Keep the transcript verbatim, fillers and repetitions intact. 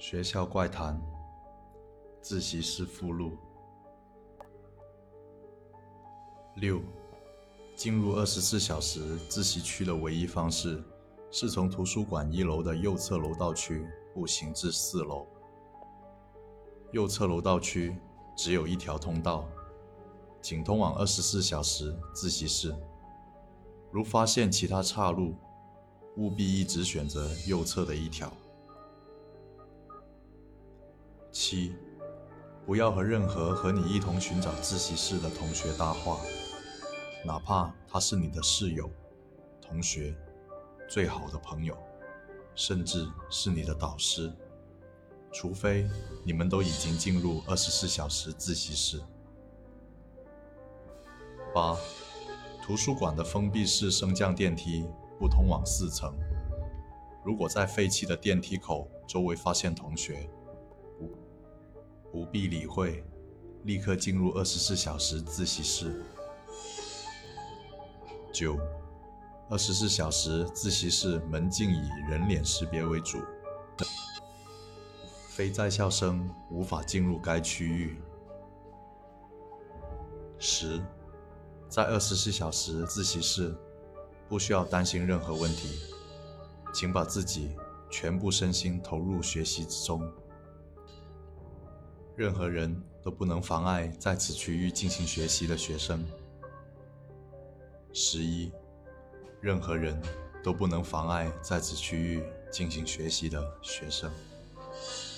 学校怪谈，自习室附录。六，进入二十四小时自习区的唯一方式是从图书馆一楼的右侧楼道区步行至四楼。右侧楼道区只有一条通道，仅通往二十四小时自习室。如发现其他岔路，务必一直选择右侧的一条。七，不要和任何和你一同寻找自习室的同学搭话，哪怕他是你的室友、同学、最好的朋友，甚至是你的导师，除非你们都已经进入二十四小时自习室。八，图书馆的封闭式升降电梯不通往四层，如果在废弃的电梯口周围发现同学，不必理会，立刻进入二十四小时自习室。九，二十四小时自习室门禁以人脸识别为主，非在校生无法进入该区域。十，在二十四小时自习室不需要担心任何问题，请把自己全部身心投入学习之中。任何人都不能妨碍在此区域进行学习的学生。十一，任何人都不能妨碍在此区域进行学习的学生。